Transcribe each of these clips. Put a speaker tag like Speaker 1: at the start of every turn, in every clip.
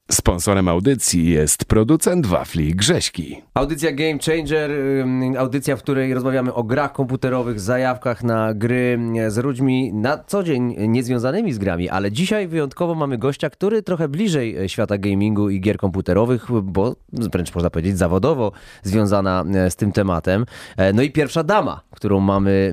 Speaker 1: Sponsorem audycji jest producent wafli Grześki.
Speaker 2: Audycja Game Changer, audycja, w której rozmawiamy o grach komputerowych, zajawkach na gry z ludźmi na co dzień niezwiązanymi z grami, ale dzisiaj wyjątkowo mamy gościa, który trochę bliżej świata gamingu i gier komputerowych, bo wręcz można powiedzieć zawodowo związana z tym tematem. No i pierwsza dama, którą mamy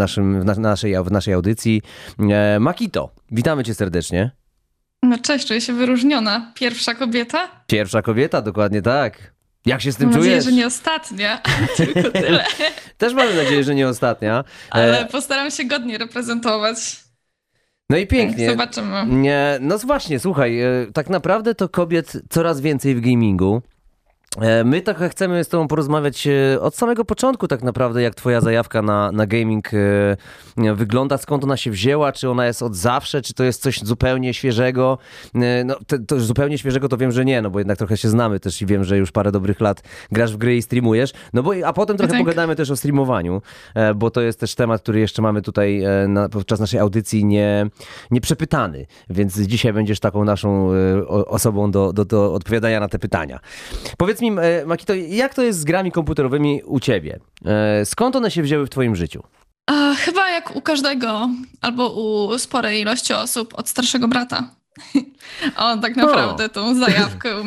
Speaker 2: w naszej audycji, Makito. Witamy cię serdecznie.
Speaker 3: No cześć, czuję się wyróżniona. Pierwsza kobieta?
Speaker 2: Pierwsza kobieta, dokładnie tak. Jak się z tym
Speaker 3: Mam
Speaker 2: czujesz?
Speaker 3: nadzieję, że nie ostatnia, tylko tyle.
Speaker 2: Też mamy nadzieję, że nie ostatnia.
Speaker 3: Ale postaram się godnie reprezentować.
Speaker 2: No i pięknie.
Speaker 3: Zobaczymy.
Speaker 2: No właśnie, słuchaj, tak naprawdę to kobiet coraz więcej w gamingu. My trochę chcemy z tobą porozmawiać od samego początku tak naprawdę, jak twoja zajawka na gaming wygląda, skąd ona się wzięła, czy ona jest od zawsze, czy to jest coś zupełnie świeżego. No to zupełnie świeżego to wiem, że nie, no bo jednak trochę się znamy też i wiem, że już parę dobrych lat grasz w gry i streamujesz. No bo a potem trochę pogadamy też o streamowaniu, bo to jest też temat, który jeszcze mamy tutaj podczas naszej audycji nie przepytany, więc dzisiaj będziesz taką naszą osobą do odpowiadania na te pytania. Powiedz mi, Makito, jak to jest z grami komputerowymi u ciebie? Skąd one się wzięły w twoim życiu?
Speaker 3: Chyba jak u każdego, albo u sporej ilości osób, od starszego brata. On tak naprawdę tą zajawkę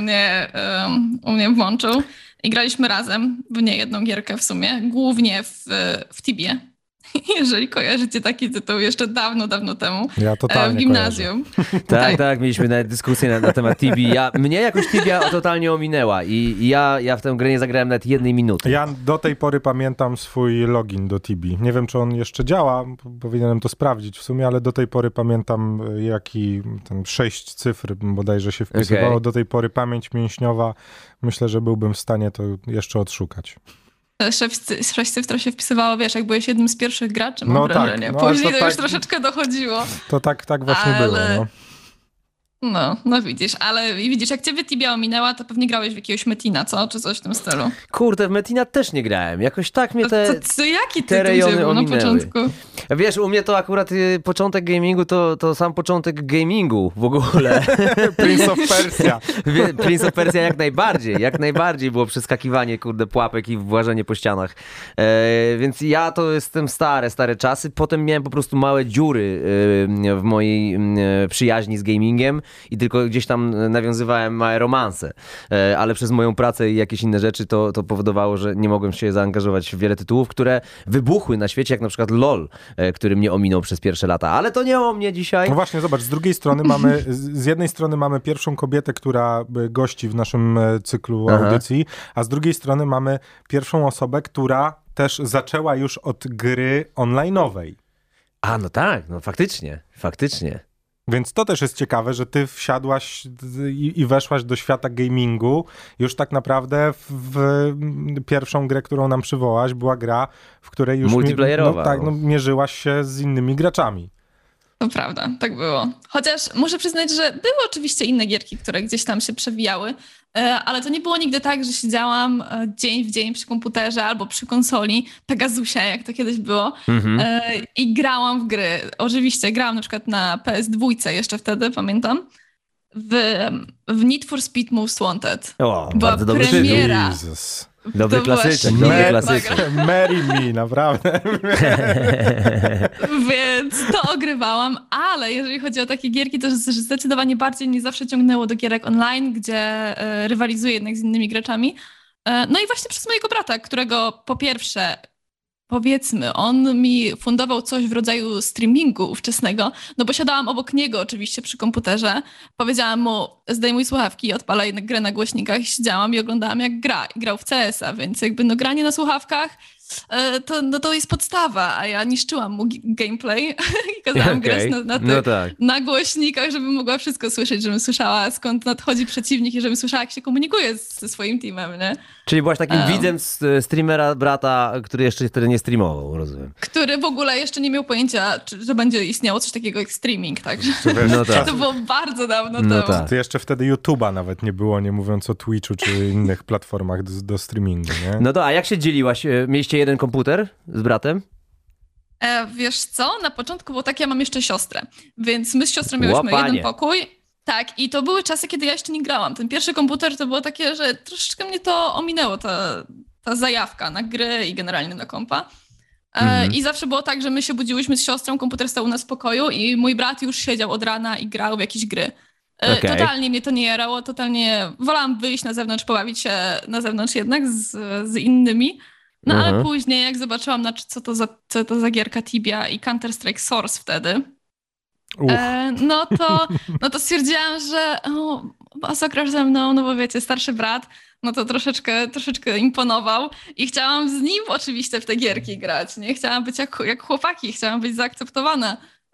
Speaker 3: u mnie włączył. I graliśmy razem w niejedną gierkę w sumie, głównie w Tibie. Jeżeli kojarzycie taki tytuł jeszcze dawno temu,
Speaker 4: ja totalnie
Speaker 3: w gimnazjum.
Speaker 2: Tak, mieliśmy nawet dyskusję na temat Tibi. Mnie jakoś Tibia totalnie ominęła i ja w tę grę nie zagrałem nawet jednej minuty.
Speaker 4: Ja do tej pory pamiętam swój login do Tibi. Nie wiem, czy on jeszcze działa, powinienem to sprawdzić w sumie, ale do tej pory pamiętam, jaki tam 6 cyfr bodajże się wpisywało. Okay. Do tej pory pamięć mięśniowa. Myślę, że byłbym w stanie to jeszcze odszukać.
Speaker 3: 6 cyfr się wpisywało, wiesz, jak byłeś jednym z pierwszych graczy, mam wrażenie.
Speaker 4: Tak,
Speaker 3: Później to już troszeczkę dochodziło.
Speaker 4: To tak właśnie było, no.
Speaker 3: No widzisz, ale widzisz, jak ciebie Tibia ominęła, to pewnie grałeś w jakiegoś Metina, co? Czy coś w tym stylu.
Speaker 2: Kurde, w Metina też nie grałem. Jakoś tak mnie
Speaker 3: jaki
Speaker 2: te rejony
Speaker 3: był na początku?
Speaker 2: Wiesz, u mnie to akurat początek gamingu to sam początek gamingu w ogóle.
Speaker 4: Prince of Persia.
Speaker 2: Prince of Persia jak najbardziej było przeskakiwanie, pułapek i włażenie po ścianach. Więc ja to jestem stare czasy. Potem miałem po prostu małe dziury w mojej przyjaźni z gamingiem. I tylko gdzieś tam nawiązywałem małe romanse, ale przez moją pracę i jakieś inne rzeczy to powodowało, że nie mogłem się zaangażować w wiele tytułów, które wybuchły na świecie, jak na przykład LOL, który mnie ominął przez pierwsze lata, ale to nie o mnie dzisiaj.
Speaker 4: No właśnie, zobacz, z jednej strony mamy pierwszą kobietę, która gości w naszym cyklu audycji, a z drugiej strony mamy pierwszą osobę, która też zaczęła już od gry online'owej.
Speaker 2: No tak, no faktycznie.
Speaker 4: Więc to też jest ciekawe, że ty wsiadłaś i weszłaś do świata gamingu. Już tak naprawdę w pierwszą grę, którą nam przywołałaś, była gra, w której już
Speaker 2: multiplayerowa.
Speaker 4: Mierzyłaś się z innymi graczami.
Speaker 3: To prawda, tak było. Chociaż muszę przyznać, że były oczywiście inne gierki, które gdzieś tam się przewijały, ale to nie było nigdy tak, że siedziałam dzień w dzień przy komputerze albo przy konsoli Pegasusie, jak to kiedyś było, i grałam w gry. Oczywiście grałam na przykład na PS2 jeszcze wtedy, pamiętam, w Need for Speed Most Wanted.
Speaker 2: O,
Speaker 3: była
Speaker 2: bardzo dobry
Speaker 3: premiera.
Speaker 2: Dobry klasyczek.
Speaker 4: Marry me, naprawdę.
Speaker 3: Więc to ogrywałam, ale jeżeli chodzi o takie gierki, to zdecydowanie bardziej mnie zawsze ciągnęło do gierek online, gdzie rywalizuję jednak z innymi graczami. No i właśnie przez mojego brata, którego po pierwsze, powiedzmy, on mi fundował coś w rodzaju streamingu ówczesnego, no bo siadałam obok niego oczywiście przy komputerze. Powiedziałam mu, zdejmuj słuchawki, odpalaj grę na głośnikach i siedziałam i oglądałam jak gra. I grał w CS-a, więc jakby granie na słuchawkach to jest podstawa, a ja niszczyłam mu gameplay i kazałam grać na głośnikach, żebym mogła wszystko słyszeć, żebym słyszała, skąd nadchodzi przeciwnik i żebym słyszała, jak się komunikuje ze swoim teamem, nie?
Speaker 2: Czyli byłaś takim widzem streamera brata, który jeszcze wtedy nie streamował, rozumiem.
Speaker 3: Który w ogóle jeszcze nie miał pojęcia, że będzie istniało coś takiego jak streaming, także to było bardzo dawno temu.
Speaker 4: Tak. To jeszcze wtedy YouTube'a nawet nie było, nie mówiąc o Twitchu czy innych platformach do streamingu, nie?
Speaker 2: No to, a jak się dzieliłaś? Mieliście jeden komputer z bratem?
Speaker 3: Wiesz co, na początku było tak, ja mam jeszcze siostrę, więc my z siostrą miałyśmy jeden pokój Tak, i to były czasy, kiedy ja jeszcze nie grałam. Ten pierwszy komputer to było takie, że troszeczkę mnie to ominęło, ta zajawka na gry i generalnie na kompa. I zawsze było tak, że my się budziłyśmy z siostrą, komputer stał u nas w pokoju i mój brat już siedział od rana i grał w jakieś gry. Totalnie mnie to nie jarało, totalnie wolałam wyjść na zewnątrz, pobawić się na zewnątrz jednak z innymi. No ale później jak zobaczyłam, co to za gierka Tibia i Counter-Strike Source wtedy, no to stwierdziłam, że a zagrasz ze mną, no bo wiecie, starszy brat, no to troszeczkę imponował i chciałam z nim oczywiście w te gierki grać, nie? Chciałam być jak chłopaki, chciałam być zaakceptowana,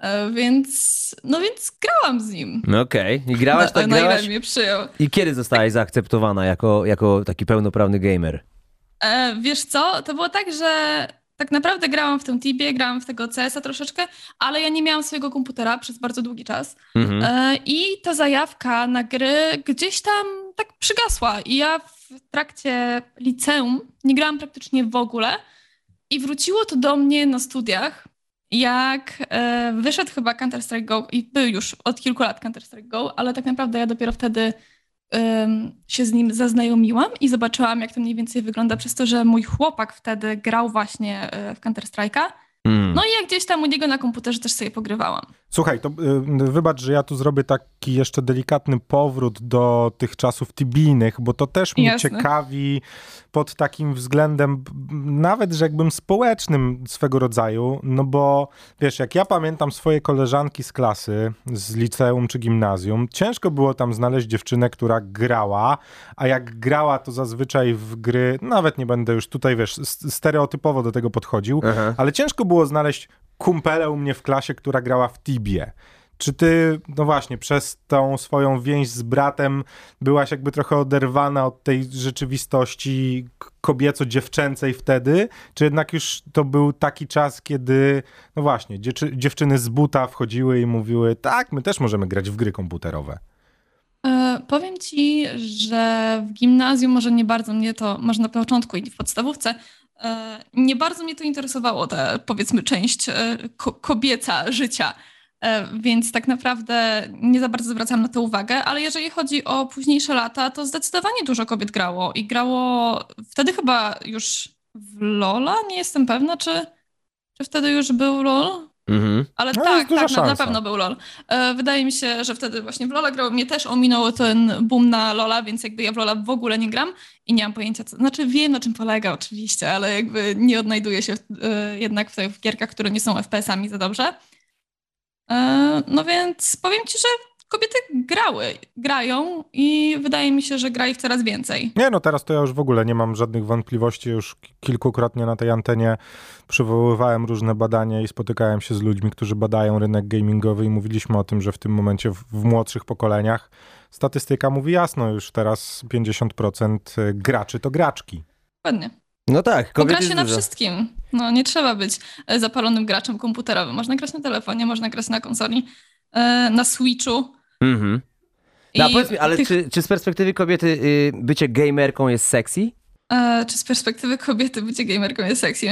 Speaker 3: więc grałam z nim.
Speaker 2: No okej. I grałaś.
Speaker 3: Na ile mnie przyjął.
Speaker 2: I kiedy zostałaś zaakceptowana jako taki pełnoprawny gamer?
Speaker 3: Wiesz co, to było tak, że tak naprawdę grałam w tę Tibię, grałam w tego CS-a troszeczkę, ale ja nie miałam swojego komputera przez bardzo długi czas. I ta zajawka na gry gdzieś tam tak przygasła. I ja w trakcie liceum nie grałam praktycznie w ogóle. I wróciło to do mnie na studiach, jak wyszedł chyba Counter-Strike Go i był już od kilku lat Counter-Strike Go, ale tak naprawdę ja dopiero wtedy się z nim zaznajomiłam i zobaczyłam, jak to mniej więcej wygląda przez to, że mój chłopak wtedy grał właśnie w Counter-Strike'a. No i jak gdzieś tam u niego na komputerze też sobie pogrywałam.
Speaker 4: Słuchaj, to wybacz, że ja tu zrobię taki jeszcze delikatny powrót do tych czasów tibijnych, bo to też mnie ciekawi pod takim względem nawet, że jakbym społecznym swego rodzaju, no bo wiesz, jak ja pamiętam swoje koleżanki z klasy, z liceum czy gimnazjum, ciężko było tam znaleźć dziewczynę, która grała, a jak grała, to zazwyczaj w gry, nawet nie będę już tutaj, wiesz, stereotypowo do tego podchodził, ale ciężko było znaleźć kumpelę u mnie w klasie, która grała w Tibię. Czy ty, no właśnie, przez tą swoją więź z bratem byłaś jakby trochę oderwana od tej rzeczywistości kobieco-dziewczęcej wtedy? Czy jednak już to był taki czas, kiedy, no właśnie, dziewczyny z buta wchodziły i mówiły, tak, my też możemy grać w gry komputerowe?
Speaker 3: Powiem ci, że w gimnazjum może nie bardzo mnie to, może na początku i w podstawówce, nie bardzo mnie to interesowało, ta powiedzmy część kobieca życia, więc tak naprawdę nie za bardzo zwracam na to uwagę, ale jeżeli chodzi o późniejsze lata, to zdecydowanie dużo kobiet grało i grało wtedy chyba już w LoL'a, nie jestem pewna, czy wtedy już był LoL? Ale no, tak, na pewno był LoL. Wydaje mi się, że wtedy właśnie w LoL'a grał. Mnie też ominął ten boom na LoL'a, więc jakby ja w LoL'a w ogóle nie gram i nie mam pojęcia, znaczy wiem, na czym polega oczywiście, ale jakby nie odnajduję się jednak w gierkach, które nie są FPS-ami za dobrze. No więc powiem ci, że kobiety grają i wydaje mi się, że gra ich coraz więcej.
Speaker 4: Nie, no teraz to ja już w ogóle nie mam żadnych wątpliwości. Już kilkukrotnie na tej antenie przywoływałem różne badania i spotykałem się z ludźmi, którzy badają rynek gamingowy i mówiliśmy o tym, że w tym momencie w młodszych pokoleniach statystyka mówi jasno, już teraz 50% graczy to graczki.
Speaker 3: Dokładnie.
Speaker 2: No tak,
Speaker 3: gra się na wszystkim. No nie trzeba być zapalonym graczem komputerowym. Można grać na telefonie, można grać na konsoli, na Switchu.
Speaker 2: No, powiedz mi, ale czy z perspektywy kobiety bycie gamerką jest sexy?
Speaker 3: Czy z perspektywy kobiety bycie gamerką jest sexy?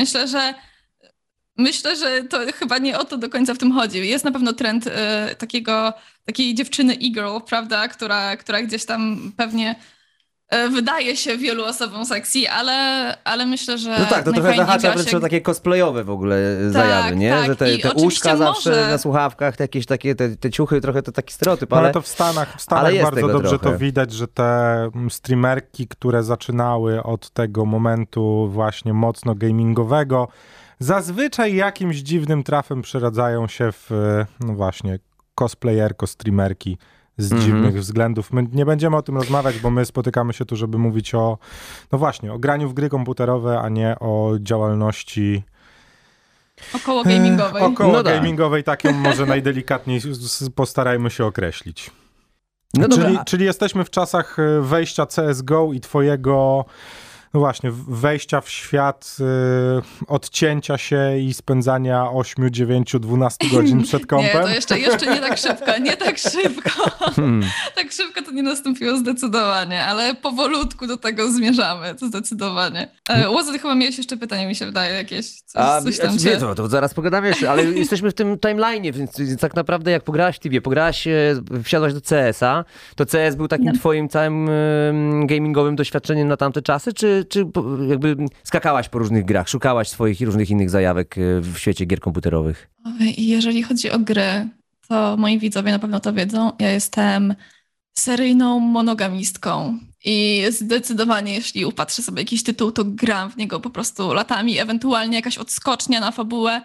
Speaker 3: Myślę, że to chyba nie o to do końca w tym chodzi. Jest na pewno trend takiej dziewczyny e-girl, prawda, która gdzieś tam pewnie wydaje się wielu osobom sexy, ale myślę, że
Speaker 2: no tak, to trochę zahacza wręcz o takie cosplayowe w ogóle zajawy, nie?
Speaker 3: Tak.
Speaker 2: Że te uszka zawsze na słuchawkach, jakieś takie te ciuchy, trochę to taki stereotyp,
Speaker 4: ale to w Stanach bardzo dobrze
Speaker 2: trochę.
Speaker 4: To widać, że te streamerki, które zaczynały od tego momentu właśnie mocno gamingowego, zazwyczaj jakimś dziwnym trafem przeradzają się w, no właśnie, cosplayerko, streamerki z dziwnych względów. My nie będziemy o tym rozmawiać, bo my spotykamy się tu, żeby mówić o, no właśnie, o graniu w gry komputerowe, a nie o działalności
Speaker 3: około gamingowej.
Speaker 4: Gamingowej, tak ją może najdelikatniej postarajmy się określić.
Speaker 2: No
Speaker 4: czyli jesteśmy w czasach wejścia CSGO i twojego, no właśnie, wejścia w świat, odcięcia się i spędzania 8, 9, 12 godzin przed kompem?
Speaker 3: Nie, to jeszcze nie tak szybko, nie tak szybko. Tak szybko to nie nastąpiło zdecydowanie, ale powolutku do tego zmierzamy, to zdecydowanie. Łozy, ty chyba miałeś jeszcze pytanie, mi się wydaje, jakieś. Coś tam
Speaker 2: nie, to zaraz pogadamy jeszcze, ale jesteśmy w tym timeline'ie, więc tak naprawdę jak pograłaś w Tibie, wsiadłaś do CS-a, to CS był takim twoim całym gamingowym doświadczeniem na tamte czasy, czy jakby skakałaś po różnych grach, szukałaś swoich i różnych innych zajawek w świecie gier komputerowych?
Speaker 3: Jeżeli chodzi o gry, to moi widzowie na pewno to wiedzą, ja jestem seryjną monogamistką i zdecydowanie jeśli upatrzę sobie jakiś tytuł, to gram w niego po prostu latami, ewentualnie jakaś odskocznia na fabułę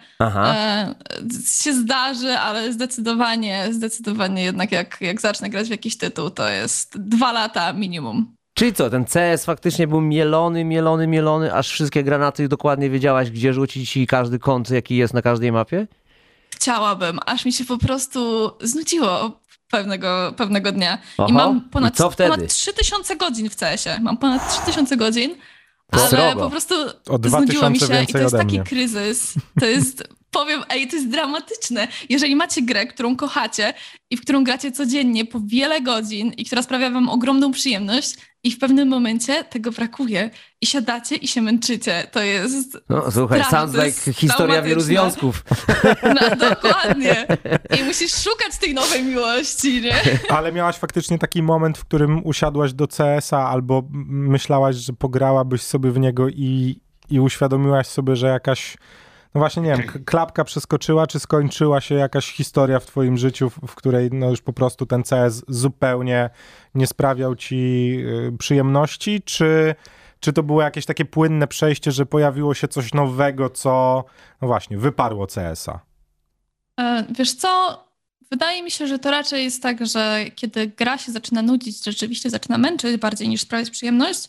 Speaker 3: się zdarzy, ale zdecydowanie jednak jak zacznę grać w jakiś tytuł, to jest 2 lata minimum.
Speaker 2: Czyli co, ten CS faktycznie był mielony, aż wszystkie granaty dokładnie wiedziałaś, gdzie rzucić i każdy kąt, jaki jest na każdej mapie?
Speaker 3: Chciałabym, aż mi się po prostu znudziło pewnego dnia.
Speaker 2: Oho.
Speaker 3: I mam ponad
Speaker 2: 3000
Speaker 3: godzin w CS-ie. Mam ponad 3000 godzin,
Speaker 2: ale
Speaker 3: srogo. Po prostu znudziło mi się i to jest taki kryzys. To jest, to jest dramatyczne. Jeżeli macie grę, którą kochacie i w którą gracie codziennie po wiele godzin i która sprawia wam ogromną przyjemność i w pewnym momencie tego brakuje i siadacie i się męczycie. To jest...
Speaker 2: No słuchaj, sounds like historia wielu związków.
Speaker 3: No, dokładnie. I musisz szukać tej nowej miłości, nie?
Speaker 4: Ale miałaś faktycznie taki moment, w którym usiadłaś do CS-a albo myślałaś, że pograłabyś sobie w niego i uświadomiłaś sobie, że jakaś, no właśnie nie wiem, klapka przeskoczyła, czy skończyła się jakaś historia w twoim życiu, w której no już po prostu ten CS zupełnie nie sprawiał ci przyjemności, czy to było jakieś takie płynne przejście, że pojawiło się coś nowego, co no właśnie wyparło CS-a?
Speaker 3: Wiesz co, wydaje mi się, że to raczej jest tak, że kiedy gra się zaczyna nudzić, rzeczywiście zaczyna męczyć bardziej niż sprawiać przyjemność,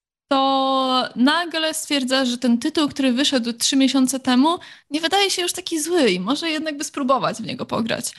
Speaker 3: to nagle stwierdza, że ten tytuł, który wyszedł 3 miesiące temu, nie wydaje się już taki zły i może jednak by spróbować w niego pograć.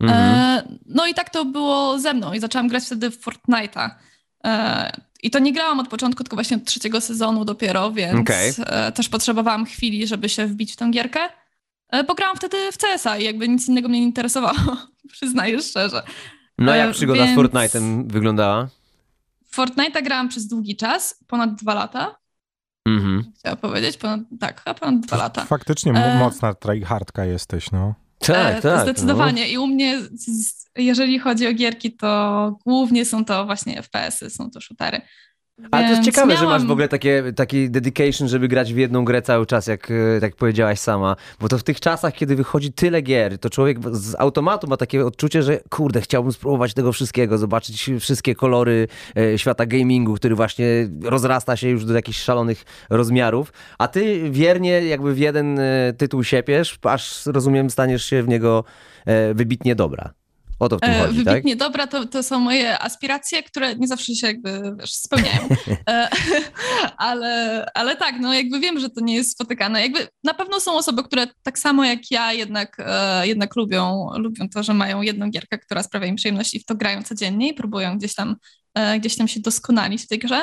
Speaker 3: No i tak to było ze mną i zaczęłam grać wtedy w Fortnite'a. I to nie grałam od początku, tylko właśnie od 3. sezonu dopiero, więc też potrzebowałam chwili, żeby się wbić w tę gierkę. Bo grałam wtedy w CS-a i jakby nic innego mnie nie interesowało, przyznaję szczerze.
Speaker 2: No jak przygoda z Fortnite'em wyglądała?
Speaker 3: W Fortnite'a grałam przez długi czas, ponad 2 lata. Chciałam powiedzieć, ponad 2 lata.
Speaker 4: Faktycznie mocna tryhardka jesteś, no.
Speaker 2: Tak.
Speaker 3: Zdecydowanie. I u mnie, jeżeli chodzi o gierki, to głównie są to właśnie FPS-y, są to shootery.
Speaker 2: Ale to jest ciekawe, że masz w ogóle taki dedication, żeby grać w jedną grę cały czas, jak powiedziałaś sama. Bo to w tych czasach, kiedy wychodzi tyle gier, to człowiek z automatu ma takie odczucie, że kurde, chciałbym spróbować tego wszystkiego, zobaczyć wszystkie kolory świata gamingu, który właśnie rozrasta się już do jakichś szalonych rozmiarów. A ty wiernie jakby w jeden tytuł siepiesz, aż rozumiem, staniesz się w niego wybitnie dobra. O to w tym chodzi,
Speaker 3: wybitnie
Speaker 2: tak?
Speaker 3: dobra, to są moje aspiracje, które nie zawsze się jakby spełniają. ale tak, no jakby wiem, że to nie jest spotykane. Jakby na pewno są osoby, które tak samo jak ja jednak lubią to, że mają jedną gierkę, która sprawia im przyjemność i w to grają codziennie i próbują gdzieś tam się doskonalić w tej grze.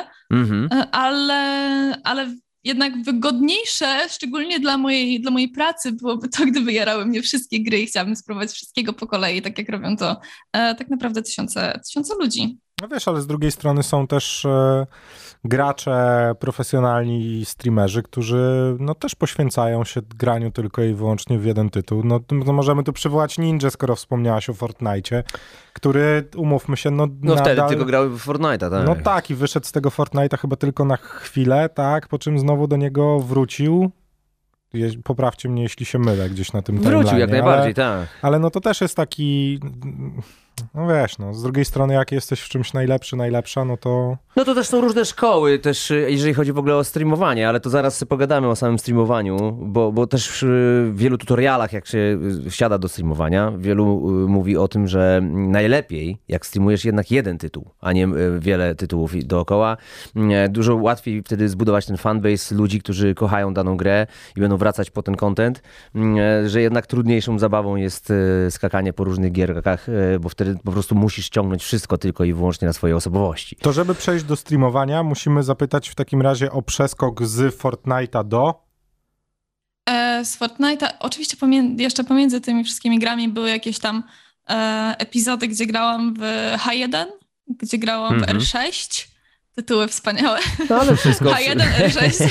Speaker 3: Ale jednak wygodniejsze, szczególnie dla mojej pracy, byłoby to, gdyby jarały mnie wszystkie gry i chciałabym spróbować wszystkiego po kolei, tak jak robią to tak naprawdę tysiące ludzi.
Speaker 4: No wiesz, ale z drugiej strony są też gracze profesjonalni i streamerzy, którzy no też poświęcają się graniu tylko i wyłącznie w jeden tytuł. No możemy tu przywołać Ninja, skoro wspomniałaś o Fortnite'cie, który, umówmy się, no nadal...
Speaker 2: wtedy tylko grały w Fortnite'a, tak?
Speaker 4: No tak, i wyszedł z tego Fortnite'a chyba tylko na chwilę, tak, po czym znowu do niego wrócił. Poprawcie mnie, jeśli się mylę gdzieś na tym timeline'ie.
Speaker 2: Wrócił jak najbardziej, tak.
Speaker 4: Ale no to też jest taki... No wiesz, no z drugiej strony jak jesteś w czymś najlepsza, no to...
Speaker 2: No to też są różne szkoły, też jeżeli chodzi w ogóle o streamowanie, ale to zaraz sobie pogadamy o samym streamowaniu, bo też w wielu tutorialach, jak się wsiada do streamowania, wielu mówi o tym, że najlepiej, jak streamujesz jednak jeden tytuł, a nie wiele tytułów dookoła, dużo łatwiej wtedy zbudować ten fanbase ludzi, którzy kochają daną grę i będą wracać po ten content, że jednak trudniejszą zabawą jest skakanie po różnych gierkach, bo wtedy wtedy po prostu musisz ściągnąć wszystko tylko i wyłącznie na swoje osobowości.
Speaker 4: To żeby przejść do streamowania, musimy zapytać w takim razie o przeskok z Fortnite'a do...
Speaker 3: Z Fortnite'a, oczywiście jeszcze pomiędzy tymi wszystkimi grami były jakieś tam epizody, gdzie grałam w H1, gdzie grałam w R6. Tytuły wspaniałe.
Speaker 2: No ale wszystko...
Speaker 3: H1, R6.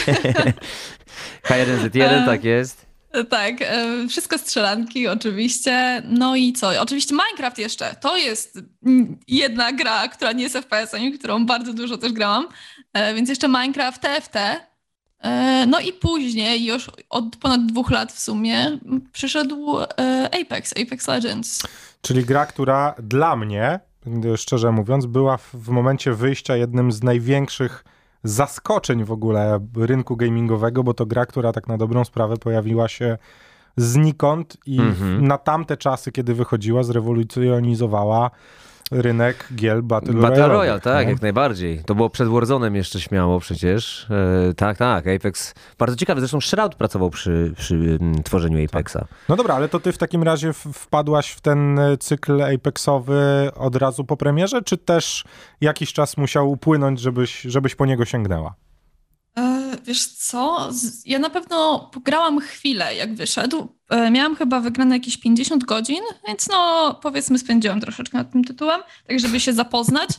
Speaker 2: H1Z1, tak jest.
Speaker 3: Tak, wszystko strzelanki oczywiście. No i co? Oczywiście Minecraft jeszcze. To jest jedna gra, która nie jest FPS-em, którą bardzo dużo też grałam. Więc jeszcze Minecraft, TFT. No i później, już od ponad 2 lat w sumie, przyszedł Apex Legends.
Speaker 4: Czyli gra, która dla mnie, szczerze mówiąc, była w momencie wyjścia jednym z największych zaskoczeń w ogóle rynku gamingowego, bo to gra, która tak na dobrą sprawę pojawiła się znikąd i na tamte czasy, kiedy wychodziła, zrewolucjonizowała rynek gier Battle
Speaker 2: Royale, tak, jak najbardziej. To było przed Warzone'em jeszcze śmiało przecież. Tak, Apex. Bardzo ciekawe, zresztą Shroud pracował przy tworzeniu Apexa.
Speaker 4: Tak. No dobra, ale to ty w takim razie wpadłaś w ten cykl Apexowy od razu po premierze, czy też jakiś czas musiał upłynąć, żebyś po niego sięgnęła?
Speaker 3: Wiesz co, ja na pewno grałam chwilę, jak wyszedł. Miałam chyba wygrane jakieś 50 godzin, więc no powiedzmy spędziłam troszeczkę nad tym tytułem, tak żeby się zapoznać.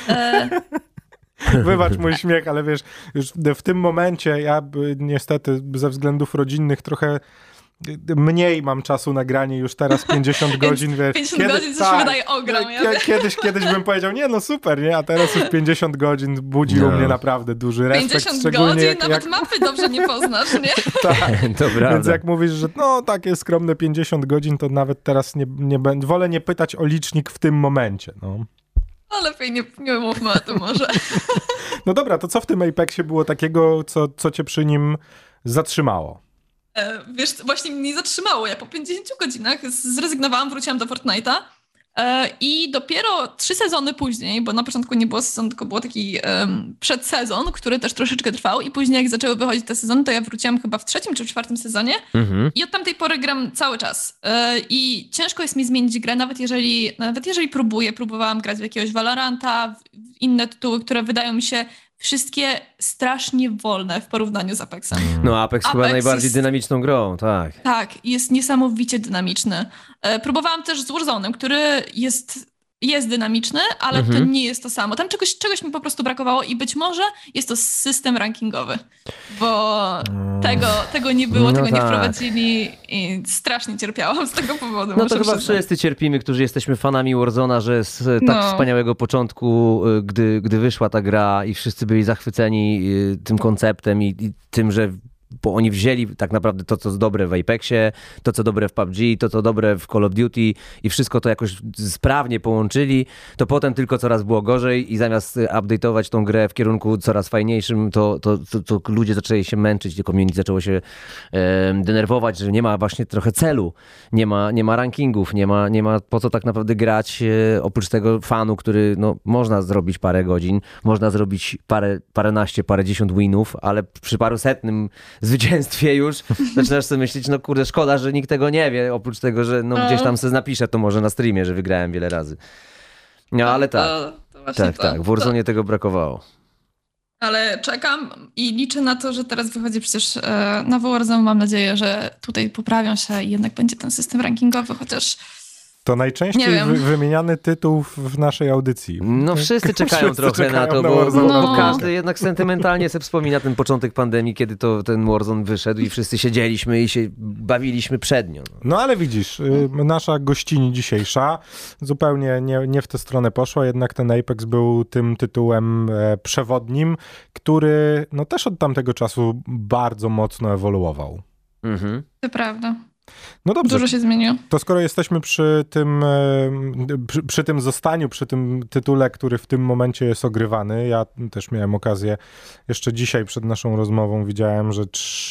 Speaker 4: Wybacz mój śmiech, ale wiesz, już w tym momencie ja niestety ze względów rodzinnych trochę mniej mam czasu na granie już teraz 50 godzin.
Speaker 3: 50 godzin coś się wydaje ogrom.
Speaker 4: Kiedyś bym powiedział, nie no super, nie? A teraz już 50 godzin budzi u mnie naprawdę duży respekt.
Speaker 3: 50 godzin? Nawet mapy dobrze nie poznasz, nie?
Speaker 4: Tak,
Speaker 2: to prawda.
Speaker 4: Więc jak mówisz, że no takie skromne 50 godzin, to nawet teraz wolę nie pytać o licznik w tym momencie. No.
Speaker 3: No lepiej nie mówmy o tym może.
Speaker 4: No dobra, to co w tym Apexie było takiego, co cię przy nim zatrzymało?
Speaker 3: Wiesz, właśnie mnie nie zatrzymało. Ja po 50 godzinach zrezygnowałam, wróciłam do Fortnite'a i dopiero 3 sezony później, bo na początku nie było sezonu, tylko był taki przedsezon, który też troszeczkę trwał i później jak zaczęły wychodzić te sezony, to ja wróciłam chyba w 3. czy w 4. sezonie i od tamtej pory gram cały czas. I ciężko jest mi zmienić grę, nawet jeżeli próbowałam grać w jakiegoś Valoranta, w inne tytuły, które wydają mi się wszystkie strasznie wolne w porównaniu z Apexem.
Speaker 2: No Apex chyba najbardziej dynamiczną grą, tak.
Speaker 3: Tak, jest niesamowicie dynamiczny. Próbowałam też z Warzone'em, który jest dynamiczny, ale to nie jest to samo. Tam czegoś mi po prostu brakowało i być może jest to system rankingowy, bo tego nie było, tego nie wprowadzili i strasznie cierpiałam z tego powodu.
Speaker 2: No to chyba wszyscy cierpimy, którzy jesteśmy fanami Warzone'a, że z tak wspaniałego początku, gdy wyszła ta gra i wszyscy byli zachwyceni tym konceptem i tym, że bo oni wzięli tak naprawdę to, co jest dobre w Apexie, to, co dobre w PUBG, to, co dobre w Call of Duty i wszystko to jakoś sprawnie połączyli, to potem tylko coraz było gorzej i zamiast update'ować tą grę w kierunku coraz fajniejszym, to ludzie zaczęli się męczyć, community zaczęło się denerwować, że nie ma właśnie trochę celu, nie ma rankingów, nie ma po co tak naprawdę grać oprócz tego fanu, który no, można zrobić parę godzin, można zrobić parędziesiąt winów, ale przy parusetnym zwycięstwie już zaczynasz sobie myśleć, no kurde, szkoda, że nikt tego nie wie, oprócz tego, że no gdzieś tam sobie napiszę to może na streamie, że wygrałem wiele razy. No ale tak, tak, w Warzone'ie tego brakowało.
Speaker 3: Ale czekam i liczę na to, że teraz wychodzi przecież nowy Warzone. Mam nadzieję, że tutaj poprawią się i jednak będzie ten system rankingowy, chociaż
Speaker 4: to najczęściej wymieniany tytuł w naszej audycji.
Speaker 2: No wszyscy czekają trochę na to, bo każdy jednak sentymentalnie sobie wspomina ten początek pandemii, kiedy to ten Warzone wyszedł i wszyscy siedzieliśmy i się bawiliśmy przed nią.
Speaker 4: No ale widzisz, nasza gościni dzisiejsza zupełnie nie w tę stronę poszła, jednak ten Apex był tym tytułem przewodnim, który no też od tamtego czasu bardzo mocno ewoluował.
Speaker 3: To prawda.
Speaker 4: No dobrze.
Speaker 3: Dużo się zmieniło.
Speaker 4: To skoro jesteśmy przy tym zostaniu, przy tym tytule, który w tym momencie jest ogrywany, ja też miałem okazję, jeszcze dzisiaj przed naszą rozmową widziałem, że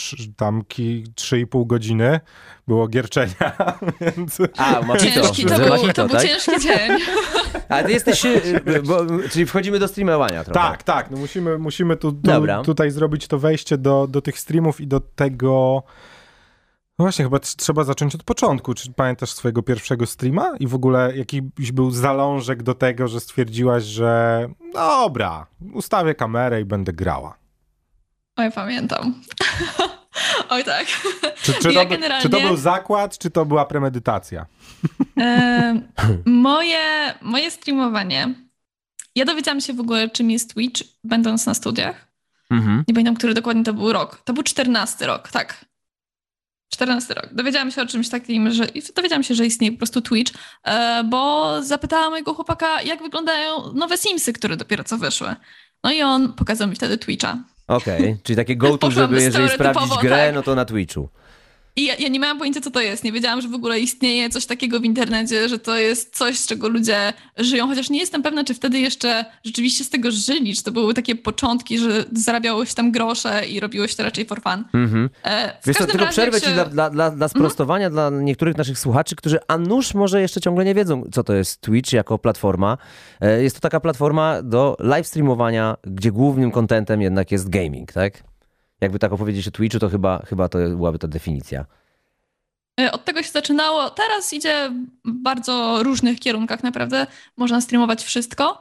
Speaker 4: 3,5 godziny było gierczenia, więc...
Speaker 3: To był ciężki dzień.
Speaker 2: A ty jesteś, czyli wchodzimy do streamowania trochę.
Speaker 4: Tak, no musimy tutaj zrobić to wejście do tych streamów i do tego... No właśnie, chyba trzeba zacząć od początku. Czy pamiętasz swojego pierwszego streama? I w ogóle jakiś był zalążek do tego, że stwierdziłaś, że dobra, ustawię kamerę i będę grała?
Speaker 3: Oj, pamiętam. Oj, tak.
Speaker 4: Czy to był zakład, czy to była premedytacja?
Speaker 3: Moje streamowanie. Ja dowiedziałam się w ogóle, czym jest Twitch, będąc na studiach. Nie pamiętam, który dokładnie to był rok. To był 14 rok, tak. 14 rok. Dowiedziałam się o czymś takim, dowiedziałam się, że istnieje po prostu Twitch, bo zapytałam mojego chłopaka, jak wyglądają nowe Simsy, które dopiero co wyszły. No i on pokazał mi wtedy Twitcha.
Speaker 2: Okej, czyli takie go-to, żeby jeżeli sprawdzić grę,
Speaker 3: tak.
Speaker 2: No to na Twitchu.
Speaker 3: I ja nie miałam pojęcia, co to jest. Nie wiedziałam, że w ogóle istnieje coś takiego w internecie, że to jest coś, z czego ludzie żyją. Chociaż nie jestem pewna, czy wtedy jeszcze rzeczywiście z tego żyli, czy to były takie początki, że zarabiało się tam grosze i robiło się to raczej for fun.
Speaker 2: Wiesz co, tylko przerwę ci dla sprostowania dla niektórych naszych słuchaczy, którzy a nuż może jeszcze ciągle nie wiedzą, co to jest Twitch jako platforma. Jest to taka platforma do live streamowania, gdzie głównym contentem jednak jest gaming, tak? Jakby tak opowiedzieć o Twitchu, to chyba to byłaby ta definicja.
Speaker 3: Od tego się zaczynało. Teraz idzie w bardzo różnych kierunkach naprawdę. Można streamować wszystko,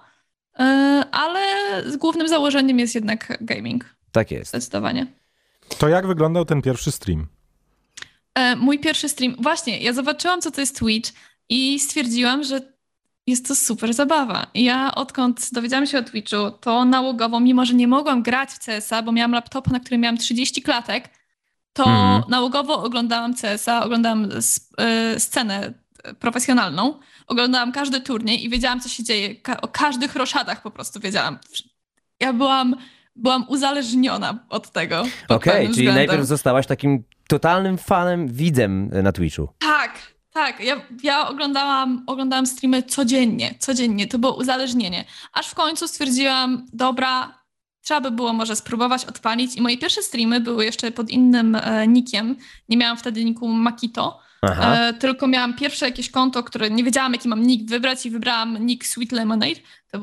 Speaker 3: ale głównym założeniem jest jednak gaming.
Speaker 2: Tak jest.
Speaker 3: Zdecydowanie.
Speaker 4: To jak wyglądał ten pierwszy stream?
Speaker 3: Mój pierwszy stream... Właśnie, ja zobaczyłam, co to jest Twitch i stwierdziłam, że jest to super zabawa. Ja odkąd dowiedziałam się o Twitchu, to nałogowo, mimo że nie mogłam grać w CS-a, bo miałam laptopa, na którym miałam 30 klatek, to nałogowo oglądałam CS-a, oglądałam scenę profesjonalną, oglądałam każdy turniej i wiedziałam, co się dzieje. O każdych roszadach po prostu wiedziałam. Ja byłam uzależniona od tego.
Speaker 2: Okej, czyli najpierw zostałaś takim totalnym fanem, widzem na Twitchu.
Speaker 3: Tak, ja oglądałam streamy codziennie, to było uzależnienie. Aż w końcu stwierdziłam, dobra, trzeba by było może spróbować odpalić i moje pierwsze streamy były jeszcze pod innym nickiem. Nie miałam wtedy nicku Makito, tylko miałam pierwsze jakieś konto, które nie wiedziałam, jaki mam nick wybrać i wybrałam nick Sweet Lemonade.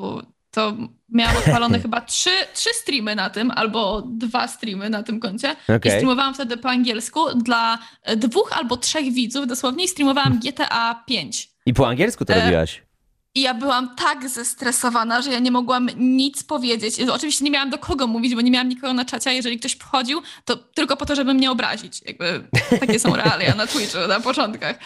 Speaker 3: To miałam odpalone chyba 3 streamy na tym, albo 2 streamy na tym koncie. I streamowałam wtedy po angielsku dla 2 albo 3 widzów, dosłownie, i streamowałam GTA 5.
Speaker 2: I po angielsku to robiłaś?
Speaker 3: I ja byłam tak zestresowana, że ja nie mogłam nic powiedzieć. Oczywiście nie miałam do kogo mówić, bo nie miałam nikogo na czacie, a jeżeli ktoś wchodził, to tylko po to, żeby mnie obrazić. Jakby takie są realia na Twitchu na początkach.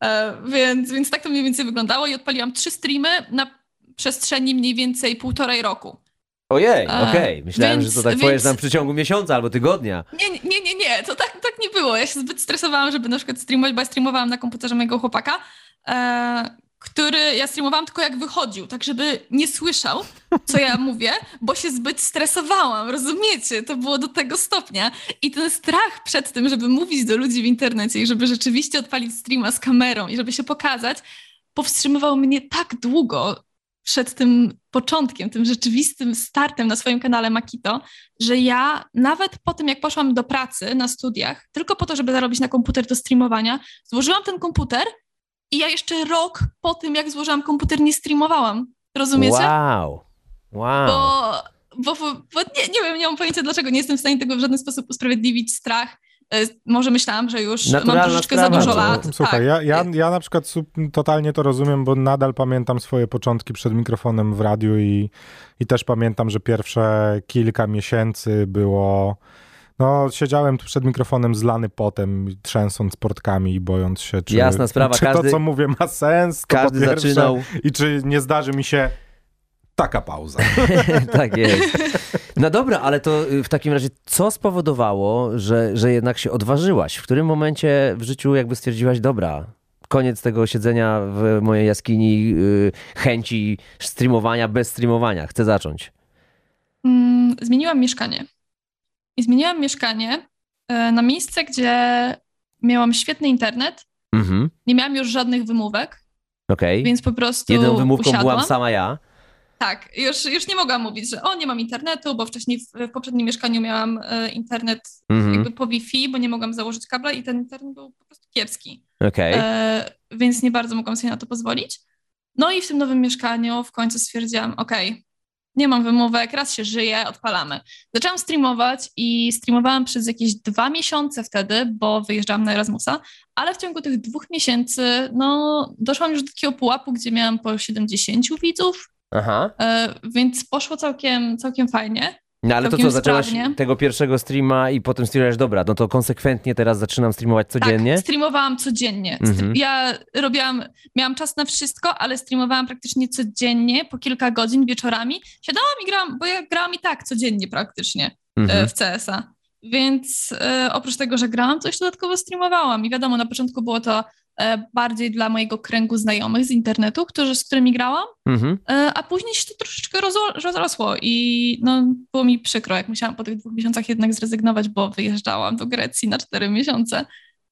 Speaker 3: Więc tak to mniej więcej wyglądało i odpaliłam 3 streamy na przestrzeni mniej więcej 1,5 roku.
Speaker 2: Ojej, okej. Myślałem, że to tak powiesz tam w przeciągu miesiąca albo tygodnia.
Speaker 3: Nie, to tak nie było. Ja się zbyt stresowałam, żeby na przykład streamować, bo ja streamowałam na komputerze mojego chłopaka, ja streamowałam tylko jak wychodził, tak żeby nie słyszał, co ja mówię, bo się zbyt stresowałam, rozumiecie? To było do tego stopnia. I ten strach przed tym, żeby mówić do ludzi w internecie i żeby rzeczywiście odpalić streama z kamerą i żeby się pokazać, powstrzymywał mnie tak długo przed tym początkiem, tym rzeczywistym startem na swoim kanale Makito, że ja nawet po tym, jak poszłam do pracy na studiach, tylko po to, żeby zarobić na komputer do streamowania, złożyłam ten komputer i ja jeszcze rok po tym, jak złożyłam komputer, nie streamowałam. Rozumiecie?
Speaker 2: Wow.
Speaker 3: Bo nie wiem, nie mam pojęcia, dlaczego nie jestem w stanie tego w żaden sposób usprawiedliwić. Strach. Może myślałam, że już mam troszeczkę za dużo lat.
Speaker 4: Słuchaj, ja na przykład totalnie to rozumiem, bo nadal pamiętam swoje początki przed mikrofonem w radiu i też pamiętam, że pierwsze kilka miesięcy było... No, siedziałem tu przed mikrofonem zlany potem, trzęsąc portkami i bojąc się, czy,
Speaker 2: jasna sprawa,
Speaker 4: czy to, co mówię, ma sens, to
Speaker 2: każdy
Speaker 4: po pierwsze,
Speaker 2: zaczynał...
Speaker 4: i czy nie zdarzy mi się taka pauza.
Speaker 2: Tak jest. No dobra, ale to w takim razie co spowodowało, że jednak się odważyłaś? W którym momencie w życiu jakby stwierdziłaś, dobra, koniec tego siedzenia w mojej jaskini, chęci streamowania bez streamowania, chcę zacząć?
Speaker 3: Zmieniłam mieszkanie. I zmieniłam mieszkanie na miejsce, gdzie miałam świetny internet, nie miałam już żadnych wymówek, więc po prostu
Speaker 2: jedną wymówką
Speaker 3: usiadłam.
Speaker 2: byłam sama ja.
Speaker 3: Tak, już nie mogłam mówić, że nie mam internetu, bo wcześniej w poprzednim mieszkaniu miałam internet jakby po Wi-Fi, bo nie mogłam założyć kabla i ten internet był po prostu kiepski. Więc nie bardzo mogłam sobie na to pozwolić. No i w tym nowym mieszkaniu w końcu stwierdziłam, Nie mam wymówek, raz się żyje, odpalamy. Zaczęłam streamować i streamowałam przez jakieś 2 miesiące wtedy, bo wyjeżdżałam na Erasmusa, ale w ciągu tych 2 miesięcy, no, doszłam już do takiego pułapu, gdzie miałam po 70 widzów,
Speaker 2: Aha.
Speaker 3: Więc poszło całkiem fajnie.
Speaker 2: No ale to
Speaker 3: całkiem
Speaker 2: co, zaczęłaś
Speaker 3: sprawnie.
Speaker 2: tego pierwszego streama i potem streamujesz, dobra, no to konsekwentnie teraz zaczynam streamować codziennie?
Speaker 3: Tak, streamowałam codziennie. Ja miałam czas na wszystko, ale streamowałam praktycznie codziennie, po kilka godzin wieczorami. Siadałam i grałam, bo ja grałam i tak codziennie praktycznie w CS-a. Więc oprócz tego, że grałam, to jeszcze dodatkowo streamowałam. I wiadomo, na początku było to bardziej dla mojego kręgu znajomych z internetu, z którymi grałam, a później się to troszeczkę rozrosło i no, było mi przykro, jak musiałam po tych 2 miesiącach jednak zrezygnować, bo wyjeżdżałam do Grecji na 4 miesiące.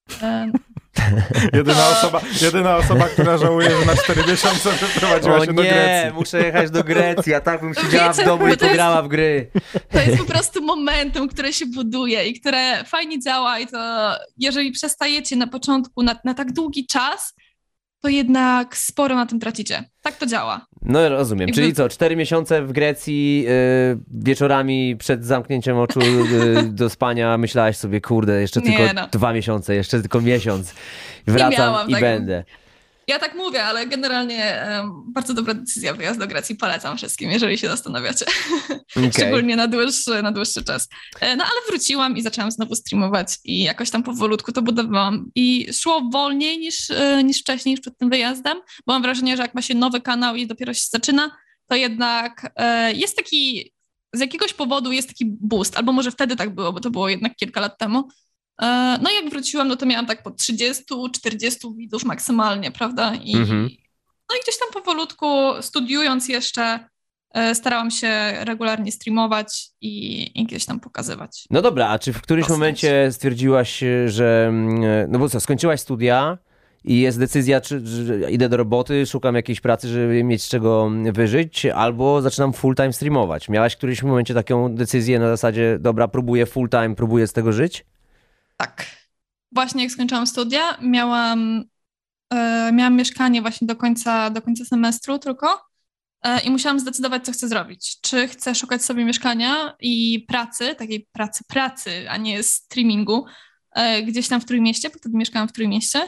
Speaker 4: Jedyna osoba, która żałuje, że na 4 miesiące wyprowadziła się do Grecji.
Speaker 2: Nie, muszę jechać do Grecji, a tak bym siedziała w domu i pograła w gry.
Speaker 3: To jest po prostu momentum, które się buduje i które fajnie działa i to jeżeli przestajecie na początku na tak długi czas, to jednak sporo na tym tracicie. Tak to działa.
Speaker 2: No rozumiem, czyli co, 4 miesiące w Grecji, wieczorami przed zamknięciem oczu do spania myślałaś sobie, kurde, jeszcze tylko 2 miesiące, jeszcze tylko miesiąc, wracam i będę.
Speaker 3: Ja tak mówię, ale generalnie bardzo dobra decyzja, wyjazd do Grecji, polecam wszystkim, jeżeli się zastanawiacie. Okay. Szczególnie na dłuższy czas. No ale wróciłam i zaczęłam znowu streamować i jakoś tam powolutku to budowałam. I szło wolniej niż wcześniej, niż przed tym wyjazdem, bo mam wrażenie, że jak ma się nowy kanał i dopiero się zaczyna, to jednak jest taki, z jakiegoś powodu jest taki boost, albo może wtedy tak było, bo to było jednak kilka lat temu. No i jak wróciłam, no to miałam tak po 30-40 widzów maksymalnie, prawda? No i gdzieś tam powolutku, studiując jeszcze, starałam się regularnie streamować i gdzieś tam pokazywać.
Speaker 2: No dobra, a czy w którymś momencie stwierdziłaś, że, no bo co, skończyłaś studia i jest decyzja, że idę do roboty, szukam jakiejś pracy, żeby mieć z czego wyżyć, albo zaczynam full time streamować. Miałaś w którymś momencie taką decyzję na zasadzie, dobra, próbuję full time, próbuję z tego żyć?
Speaker 3: Tak. Właśnie jak skończyłam studia, miałam mieszkanie właśnie do końca semestru tylko i musiałam zdecydować, co chcę zrobić. Czy chcę szukać sobie mieszkania i pracy, takiej pracy, a nie streamingu, gdzieś tam w Trójmieście, bo wtedy mieszkałam w Trójmieście.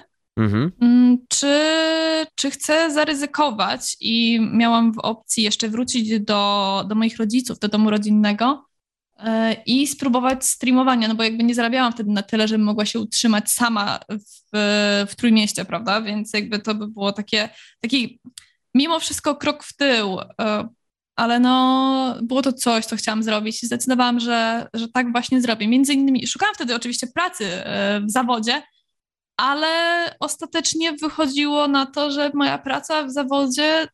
Speaker 3: Czy chcę zaryzykować i miałam w opcji jeszcze wrócić do moich rodziców, do domu rodzinnego i spróbować streamowania, no bo jakby nie zarabiałam wtedy na tyle, żebym mogła się utrzymać sama w Trójmieście, prawda, więc jakby to by było taki mimo wszystko krok w tył, ale no było to coś, co chciałam zrobić i zdecydowałam, że tak właśnie zrobię. Między innymi szukałam wtedy oczywiście pracy w zawodzie, ale ostatecznie wychodziło na to, że moja praca w zawodzie,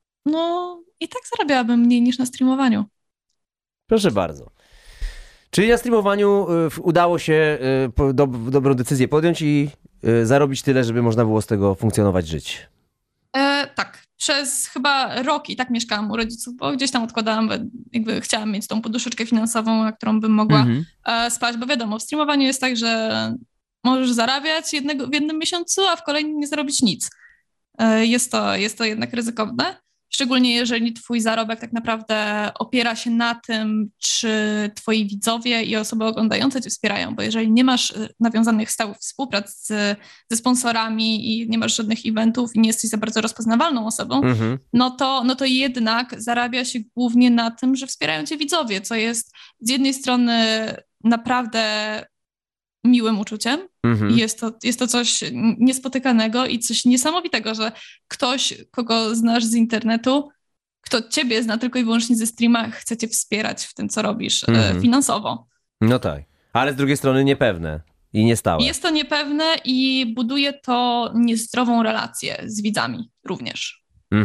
Speaker 3: no i tak zarabiałabym mniej niż na streamowaniu.
Speaker 2: Proszę bardzo. Czyli na streamowaniu udało się dobrą decyzję podjąć i zarobić tyle, żeby można było z tego funkcjonować, żyć?
Speaker 3: Tak. Przez chyba rok i tak mieszkałam u rodziców, bo gdzieś tam odkładałam, jakby chciałam mieć tą poduszeczkę finansową, na którą bym mogła spać, bo wiadomo, w streamowaniu jest tak, że możesz zarabiać w jednym miesiącu, a w kolejnym nie zarobić nic. Jest to jednak ryzykowne. Szczególnie jeżeli twój zarobek tak naprawdę opiera się na tym, czy twoi widzowie i osoby oglądające cię wspierają, bo jeżeli nie masz nawiązanych stałych współprac ze sponsorami i nie masz żadnych eventów i nie jesteś za bardzo rozpoznawalną osobą, no to jednak zarabia się głównie na tym, że wspierają cię widzowie, co jest z jednej strony naprawdę miłym uczuciem. I jest to coś niespotykanego i coś niesamowitego, że ktoś, kogo znasz z internetu, kto ciebie zna tylko i wyłącznie ze streama, chce cię wspierać w tym, co robisz finansowo.
Speaker 2: No tak, ale z drugiej strony niepewne i niestałe.
Speaker 3: Jest to niepewne i buduje to niezdrową relację z widzami również.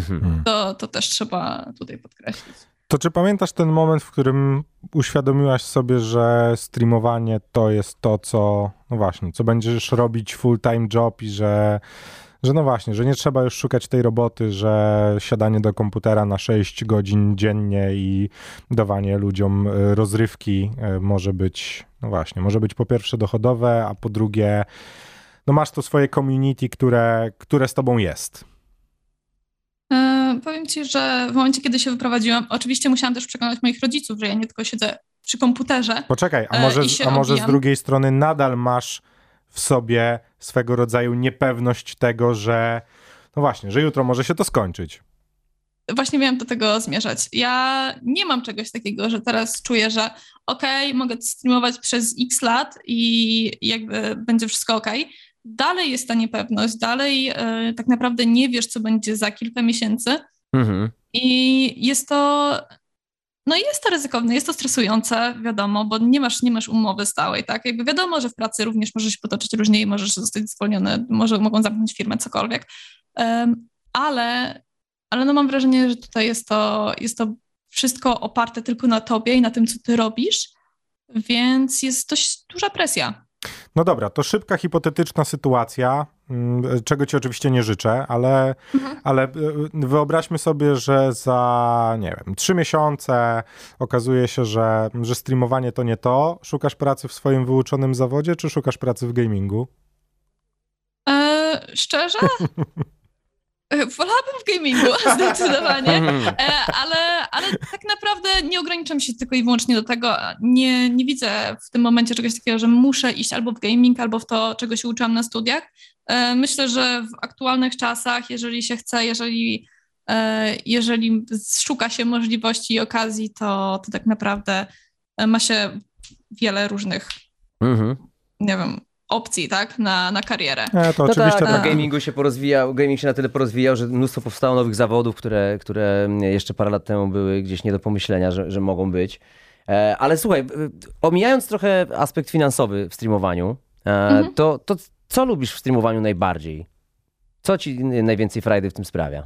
Speaker 3: To też trzeba tutaj podkreślić.
Speaker 4: To czy pamiętasz ten moment, w którym uświadomiłaś sobie, że streamowanie to jest to, co, no właśnie, co będziesz robić full-time job i że no właśnie, że nie trzeba już szukać tej roboty, że siadanie do komputera na 6 godzin dziennie i dawanie ludziom rozrywki może być, no właśnie, może być po pierwsze dochodowe, a po drugie, no masz to swoje community, które z tobą jest.
Speaker 3: Powiem ci, że w momencie, kiedy się wyprowadziłam, oczywiście musiałam też przekonać moich rodziców, że ja nie tylko siedzę przy komputerze.
Speaker 4: Poczekaj, a może z
Speaker 3: obijam.
Speaker 4: drugiej strony nadal masz w sobie swego rodzaju niepewność tego, że no właśnie, że jutro może się to skończyć.
Speaker 3: Właśnie miałam do tego zmierzać. Ja nie mam czegoś takiego, że teraz czuję, że mogę streamować przez x lat i jakby będzie wszystko Dalej jest ta niepewność, dalej tak naprawdę nie wiesz, co będzie za kilka miesięcy. I jest to ryzykowne, jest to stresujące, wiadomo, bo nie masz umowy stałej, tak? Jakby wiadomo, że w pracy również może się potoczyć różnie i możesz zostać zwolniony, mogą zamknąć firmę, cokolwiek. Ale no mam wrażenie, że tutaj jest to wszystko oparte tylko na tobie i na tym, co ty robisz, więc jest dość duża presja.
Speaker 4: No dobra, to szybka, hipotetyczna sytuacja, czego ci oczywiście nie życzę, ale wyobraźmy sobie, że za, 3 miesiące okazuje się, że streamowanie to nie to. Szukasz pracy w swoim wyuczonym zawodzie, czy szukasz pracy w gamingu?
Speaker 3: Szczerze? Wolałabym w gamingu, zdecydowanie, ale tak naprawdę nie ograniczam się tylko i wyłącznie do tego. Nie widzę w tym momencie czegoś takiego, że muszę iść albo w gaming, albo w to, czego się uczyłam na studiach. Myślę, że w aktualnych czasach, jeżeli się chce, jeżeli szuka się możliwości i okazji, to tak naprawdę ma się wiele różnych, nie wiem, opcji, tak, na karierę.
Speaker 4: To oczywiście tak.
Speaker 2: Gaming się na tyle porozwijał, że mnóstwo powstało nowych zawodów, które jeszcze parę lat temu były gdzieś nie do pomyślenia, że mogą być. Ale słuchaj, omijając trochę aspekt finansowy w streamowaniu, to co lubisz w streamowaniu najbardziej? Co ci najwięcej frajdy w tym sprawia?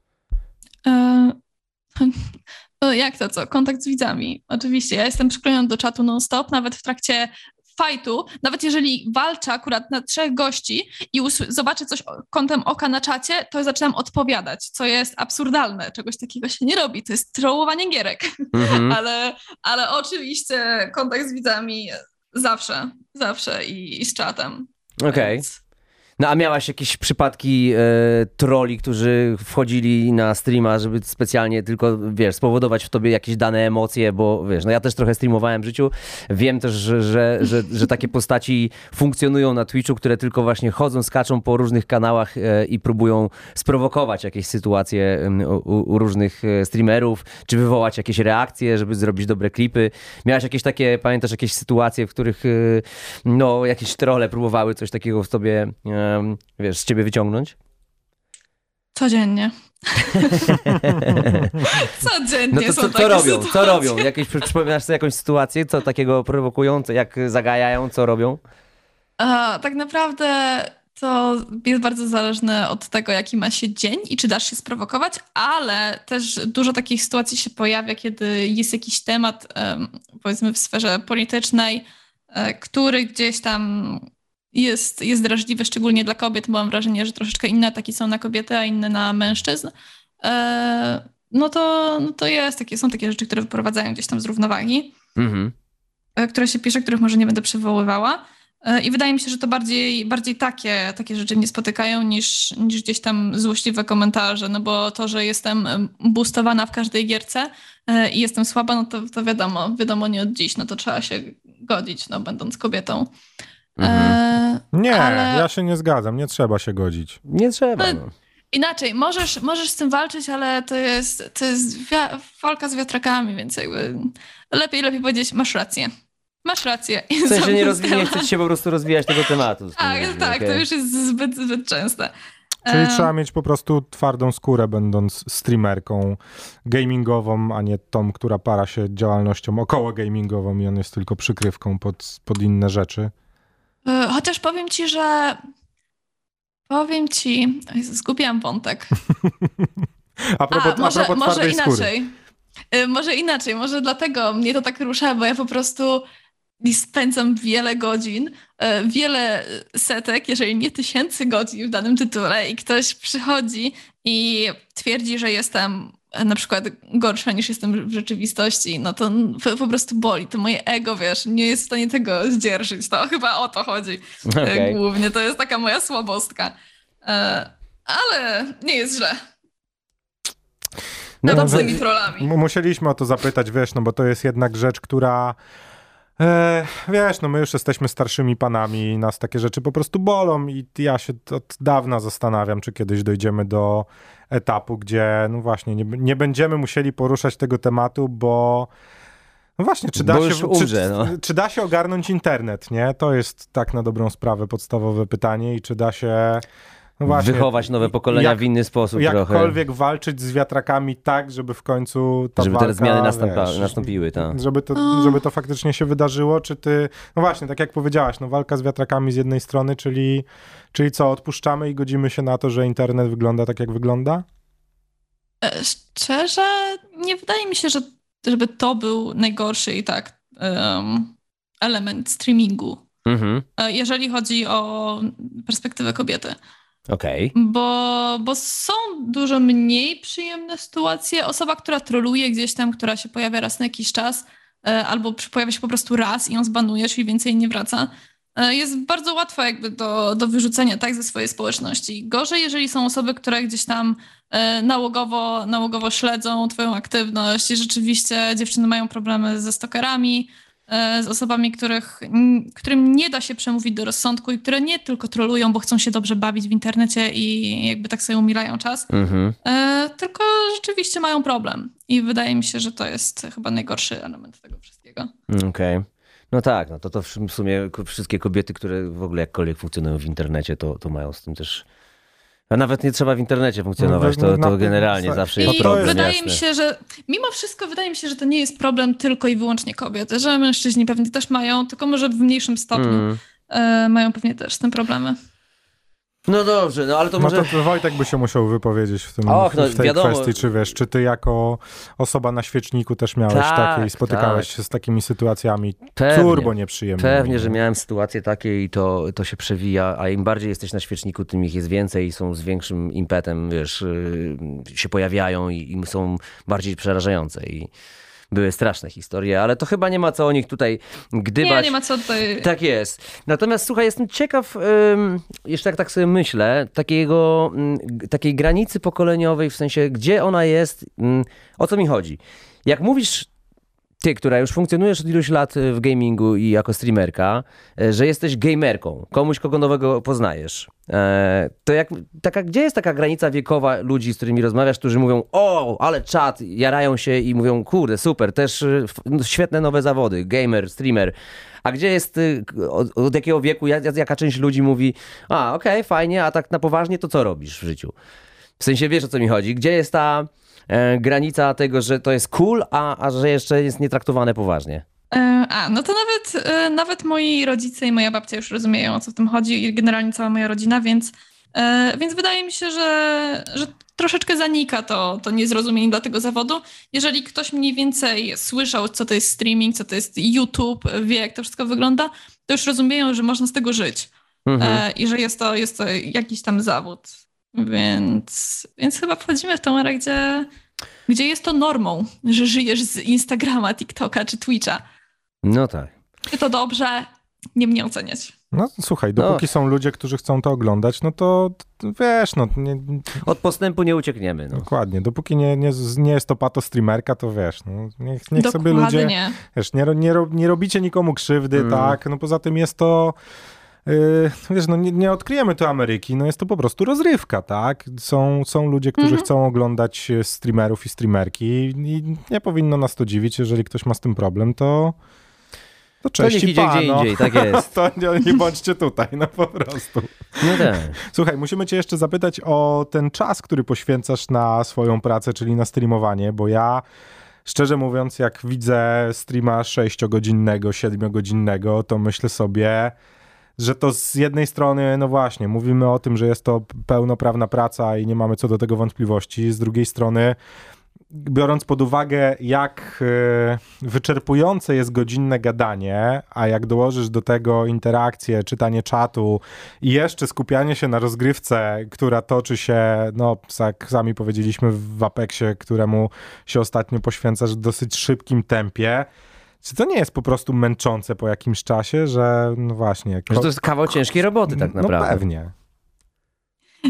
Speaker 3: Jak to co? Kontakt z widzami. Oczywiście. Ja jestem przyklejona do czatu non-stop, nawet w trakcie fajtu, nawet jeżeli walczę akurat na 3 gości i zobaczę coś kątem oka na czacie, to zaczynam odpowiadać, co jest absurdalne. Czegoś takiego się nie robi. To jest trollowanie gierek. Ale oczywiście kontakt z widzami zawsze i z czatem.
Speaker 2: Okej.
Speaker 3: Więc...
Speaker 2: No a miałaś jakieś przypadki trolli, którzy wchodzili na streama, żeby specjalnie tylko, spowodować w tobie jakieś dane emocje, bo no ja też trochę streamowałem w życiu. Wiem też, że takie postaci funkcjonują na Twitchu, które tylko właśnie chodzą, skaczą po różnych kanałach i próbują sprowokować jakieś sytuacje u różnych streamerów, czy wywołać jakieś reakcje, żeby zrobić dobre klipy. Miałaś jakieś takie, pamiętasz, jakieś sytuacje, w których jakieś trolle próbowały coś takiego w tobie z ciebie wyciągnąć?
Speaker 3: Codziennie. Codziennie
Speaker 2: no to
Speaker 3: są
Speaker 2: co robią?
Speaker 3: sytuacje.
Speaker 2: Co robią? Przypominasz sobie jakąś sytuację, co takiego prowokują, jak zagajają, co robią?
Speaker 3: Tak naprawdę to jest bardzo zależne od tego, jaki ma się dzień i czy dasz się sprowokować, ale też dużo takich sytuacji się pojawia, kiedy jest jakiś temat, powiedzmy w sferze politycznej, który gdzieś tam jest drażliwy, szczególnie dla kobiet, bo mam wrażenie, że troszeczkę inne ataki są na kobiety, a inne na mężczyzn. No to są takie rzeczy, które wyprowadzają gdzieś tam z równowagi, które się pisze, których może nie będę przywoływała. I wydaje mi się, że to bardziej takie rzeczy mnie spotykają niż gdzieś tam złośliwe komentarze, no bo to, że jestem boostowana w każdej gierce i jestem słaba, no to wiadomo nie od dziś, no to trzeba się godzić, no będąc kobietą.
Speaker 4: Ja się nie zgadzam, nie trzeba się godzić.
Speaker 2: Nie trzeba.
Speaker 3: Inaczej, możesz z tym walczyć, ale to jest walka z wiatrakami, więc jakby lepiej powiedzieć, masz rację. Masz rację.
Speaker 2: W sensie nie chcesz się po prostu rozwijać tego tematu.
Speaker 3: Tak, to już jest zbyt częste.
Speaker 4: Czyli trzeba mieć po prostu twardą skórę, będąc streamerką gamingową, a nie tą, która para się działalnością około gamingową i on jest tylko przykrywką pod inne rzeczy.
Speaker 3: Chociaż powiem ci, zgubiłam wątek.
Speaker 4: a propos twardej
Speaker 3: inaczej.
Speaker 4: skóry.
Speaker 3: Może inaczej, może dlatego mnie to tak rusza, bo ja po prostu spędzam wiele godzin, wiele setek, jeżeli nie tysięcy godzin w danym tytule i ktoś przychodzi i twierdzi, że jestem na przykład gorsza niż jestem w rzeczywistości, no to po prostu boli. To moje ego, nie jest w stanie tego zdzierżyć. To chyba o to chodzi głównie. To jest taka moja słabostka. Ale nie jest źle. No z tymi trollami.
Speaker 4: Musieliśmy o to zapytać, wiesz, no bo to jest jednak rzecz, która... wiesz, no my już jesteśmy starszymi panami, nas takie rzeczy po prostu bolą i ja się od dawna zastanawiam, czy kiedyś dojdziemy do etapu, gdzie no właśnie nie będziemy musieli poruszać tego tematu, bo no właśnie, czy da się ogarnąć internet, nie? To jest tak na dobrą sprawę podstawowe pytanie i czy da się... No właśnie,
Speaker 2: wychować nowe pokolenia w inny sposób
Speaker 4: jakkolwiek
Speaker 2: trochę.
Speaker 4: walczyć z wiatrakami tak, żeby w końcu ta
Speaker 2: żeby
Speaker 4: walka,
Speaker 2: te zmiany nastąpiły. Tak.
Speaker 4: Żeby to faktycznie się wydarzyło, czy ty... No właśnie, tak jak powiedziałaś, no walka z wiatrakami z jednej strony, czyli co, odpuszczamy i godzimy się na to, że internet wygląda tak, jak wygląda?
Speaker 3: Szczerze, nie wydaje mi się, żeby to był najgorszy i tak element streamingu. Jeżeli chodzi o perspektywę kobiety.
Speaker 2: Okej.
Speaker 3: Bo są dużo mniej przyjemne sytuacje. Osoba, która troluje gdzieś tam, która się pojawia raz na jakiś czas, albo pojawia się po prostu raz i ją zbanujesz i więcej nie wraca, jest bardzo łatwa jakby do wyrzucenia tak ze swojej społeczności. Gorzej, jeżeli są osoby, które gdzieś tam nałogowo śledzą twoją aktywność i rzeczywiście dziewczyny mają problemy ze stalkerami, z osobami, którym nie da się przemówić do rozsądku i które nie tylko trolują, bo chcą się dobrze bawić w internecie i jakby tak sobie umilają czas, tylko rzeczywiście mają problem. I wydaje mi się, że to jest chyba najgorszy element tego wszystkiego.
Speaker 2: Okej. No tak, no to w sumie wszystkie kobiety, które w ogóle jakkolwiek funkcjonują w internecie, to mają z tym też... A nawet nie trzeba w internecie funkcjonować, to generalnie zawsze jest problem.
Speaker 3: Wydaje mi się, że mimo wszystko to nie jest problem tylko i wyłącznie kobiety, że mężczyźni pewnie też mają, tylko może w mniejszym stopniu mają pewnie też z tym problemy.
Speaker 2: No dobrze, no ale to może...
Speaker 4: No to Wojtek by się musiał wypowiedzieć w tej
Speaker 2: wiadomo.
Speaker 4: kwestii, czy wiesz, czy ty jako osoba na świeczniku też miałeś takie i spotykałeś się z takimi sytuacjami turbo nieprzyjemnymi.
Speaker 2: Pewnie, że miałem sytuacje takie i to się przewija, a im bardziej jesteś na świeczniku, tym ich jest więcej i są z większym impetem, wiesz, się pojawiają i są bardziej przerażające i... Były straszne historie, ale to chyba nie ma co o nich tutaj gdybać.
Speaker 3: Nie ma co tutaj...
Speaker 2: Tak jest. Natomiast słuchaj, jestem ciekaw, jeszcze tak sobie myślę, takiej granicy pokoleniowej, w sensie gdzie ona jest, o co mi chodzi. Jak mówisz, ty, która już funkcjonujesz od iluś lat w gamingu i jako streamerka, że jesteś gamerką, komuś, kogo nowego poznajesz, to gdzie jest taka granica wiekowa ludzi, z którymi rozmawiasz, którzy mówią, o, ale czat, jarają się i mówią, kurde, super, też świetne nowe zawody, gamer, streamer. A gdzie jest, od jakiego wieku, jaka część ludzi mówi, okej, fajnie, a tak na poważnie to co robisz w życiu? W sensie wiesz, o co mi chodzi? Gdzie jest ta granica tego, że to jest cool, a że jeszcze jest nietraktowane poważnie?
Speaker 3: No to nawet moi rodzice i moja babcia już rozumieją, o co w tym chodzi i generalnie cała moja rodzina, więc wydaje mi się, że troszeczkę zanika to niezrozumienie dla tego zawodu. Jeżeli ktoś mniej więcej słyszał, co to jest streaming, co to jest YouTube, wie, jak to wszystko wygląda, to już rozumieją, że można z tego żyć i że jest to jakiś tam zawód. Więc chyba wchodzimy w tą erę, gdzie jest to normą, że żyjesz z Instagrama, TikToka czy Twitcha.
Speaker 2: No tak.
Speaker 3: Czy to dobrze? Nie mnie oceniać.
Speaker 4: No słuchaj, dopóki są ludzie, którzy chcą to oglądać, no to wiesz, no...
Speaker 2: Od postępu nie uciekniemy. No.
Speaker 4: Dokładnie. Dopóki nie jest to pato streamerka, to wiesz, no, niech sobie ludzie... Wiesz, nie robicie nikomu krzywdy, tak? No poza tym jest to... wiesz, no nie odkryjemy tu Ameryki, no jest to po prostu rozrywka, tak? Są ludzie, którzy chcą oglądać streamerów i streamerki i nie powinno nas to dziwić, jeżeli ktoś ma z tym problem, to cześć
Speaker 2: to niech idzie gdzie indziej, tak jest.
Speaker 4: To nie bądźcie tutaj, no po prostu.
Speaker 2: No tak. Słuchaj,
Speaker 4: musimy cię jeszcze zapytać o ten czas, który poświęcasz na swoją pracę, czyli na streamowanie, bo ja szczerze mówiąc, jak widzę streama 6-godzinnego, 7-godzinnego, to myślę sobie, że to z jednej strony, no właśnie, mówimy o tym, że jest to pełnoprawna praca i nie mamy co do tego wątpliwości. Z drugiej strony, biorąc pod uwagę, jak wyczerpujące jest godzinne gadanie, a jak dołożysz do tego interakcję, czytanie czatu i jeszcze skupianie się na rozgrywce, która toczy się, no jak sami powiedzieliśmy, w Apexie, któremu się ostatnio poświęcasz w dosyć szybkim tempie, czy to nie jest po prostu męczące po jakimś czasie, że no właśnie...
Speaker 2: Że to jest kawał ciężkiej roboty tak naprawdę.
Speaker 4: No pewnie.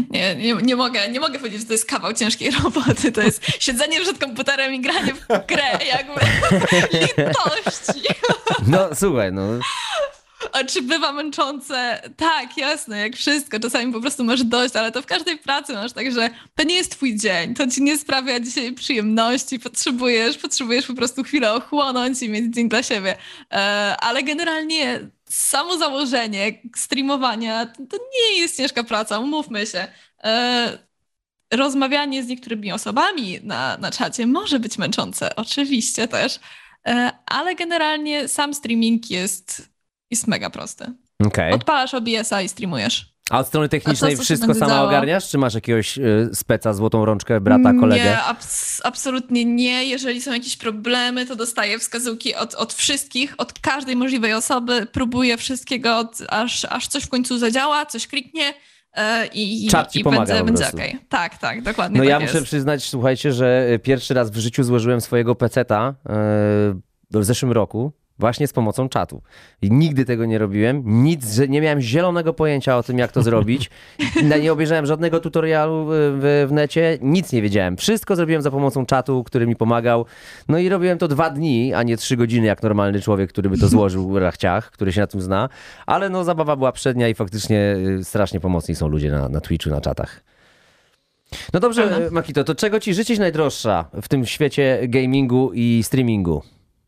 Speaker 3: Nie mogę powiedzieć, że to jest kawał ciężkiej roboty. To jest siedzenie przed komputerem i granie w grę, jakby litości.
Speaker 2: No słuchaj, no.
Speaker 3: A czy bywa męczące? Tak, jasne, jak wszystko. Czasami po prostu masz dość, ale to w każdej pracy masz tak, że to nie jest twój dzień, to ci nie sprawia dzisiaj przyjemności, potrzebujesz po prostu chwilę ochłonąć i mieć dzień dla siebie. Ale generalnie samo założenie streamowania to nie jest ciężka praca, umówmy się. Rozmawianie z niektórymi osobami na czacie może być męczące, oczywiście też, ale generalnie sam streaming jest mega prosty.
Speaker 2: Okay.
Speaker 3: Odpalasz OBS-a i streamujesz.
Speaker 2: A od strony technicznej
Speaker 3: co
Speaker 2: wszystko sama
Speaker 3: działo?
Speaker 2: ogarniasz? Czy masz jakiegoś speca, złotą rączkę, brata, kolegę?
Speaker 3: Nie, absolutnie nie. Jeżeli są jakieś problemy, to dostaję wskazówki od wszystkich, od każdej możliwej osoby. Próbuję wszystkiego, aż coś w końcu zadziała, coś kliknie
Speaker 2: Czat ci pomaga
Speaker 3: będzie okej. Tak, dokładnie
Speaker 2: No
Speaker 3: tak
Speaker 2: ja
Speaker 3: jest.
Speaker 2: muszę przyznać, słuchajcie, że pierwszy raz w życiu złożyłem swojego peceta w zeszłym roku. Właśnie z pomocą czatu. I nigdy tego nie robiłem. Nie miałem zielonego pojęcia o tym, jak to zrobić. Nie obejrzałem żadnego tutorialu w necie. Nic nie wiedziałem. Wszystko zrobiłem za pomocą czatu, który mi pomagał. No i robiłem to 2 dni, a nie 3 godziny, jak normalny człowiek, który by to złożył w rachciach, który się na tym zna. Ale no zabawa była przednia i faktycznie strasznie pomocni są ludzie na Twitchu, na czatach. No dobrze, Makito, to czego ci życzyć najdroższa w tym świecie gamingu i streamingu?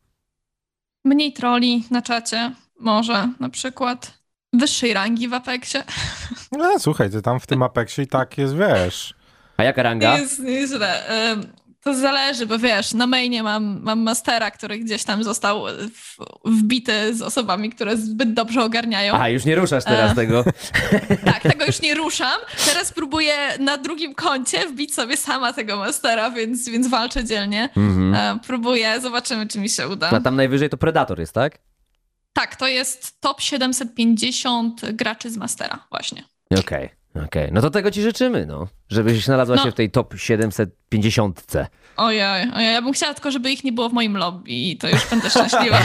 Speaker 3: Mniej troli na czacie, może na przykład. Wyższej rangi w Apexie.
Speaker 4: No słuchaj, ty tam w tym Apexie i tak jest, wiesz.
Speaker 2: A jaka ranga?
Speaker 3: Jest źle. To zależy, bo wiesz, na mainie mam mastera, który gdzieś tam został wbity z osobami, które zbyt dobrze ogarniają.
Speaker 2: Aha, już nie ruszasz teraz tego.
Speaker 3: Tak, tego już nie ruszam. Teraz próbuję na drugim koncie wbić sobie sama tego mastera, więc walczę dzielnie. Próbuję, zobaczymy, czy mi się uda.
Speaker 2: A tam najwyżej to Predator jest, tak?
Speaker 3: Tak, to jest top 750 graczy z mastera właśnie.
Speaker 2: Okej. No to tego ci życzymy, no. Żebyś znalazła się w tej top 750.
Speaker 3: Ojej, ja bym chciała tylko, żeby ich nie było w moim lobby i to już będę szczęśliwa.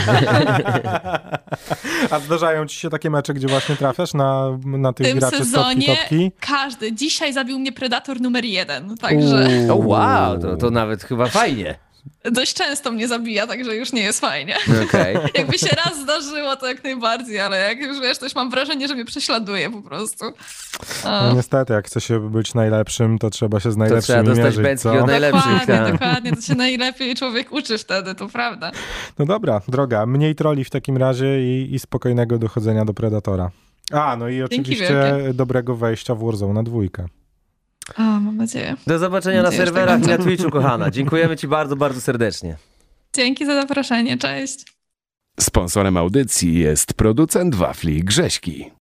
Speaker 4: A zdarzają ci się takie mecze, gdzie właśnie trafiasz na tych graczy z topki?
Speaker 3: Każdy. Dzisiaj zabił mnie Predator numer 1, także...
Speaker 2: Wow, to nawet chyba fajnie.
Speaker 3: Dość często mnie zabija, także już nie jest fajnie.
Speaker 2: Okay.
Speaker 3: Jakby się raz zdarzyło, to jak najbardziej, ale jak już wiesz, to już mam wrażenie, że mnie prześladuje po prostu.
Speaker 4: No niestety, jak chce się być najlepszym, to trzeba się z najlepszymi
Speaker 2: mierzyć,
Speaker 4: mierzyć,
Speaker 2: bęcki od najlepszych.
Speaker 3: Dokładnie, to się najlepiej człowiek uczy wtedy, to prawda.
Speaker 4: No dobra, droga, mniej troli w takim razie i spokojnego dochodzenia do Predatora. No i oczywiście dobrego wejścia w Warzone na 2.
Speaker 3: Mam nadzieję.
Speaker 2: Do zobaczenia na serwerach i na Twitchu, kochana. Dziękujemy ci bardzo, bardzo serdecznie.
Speaker 3: Dzięki za zaproszenie, cześć.
Speaker 1: Sponsorem audycji jest producent wafli Grześki.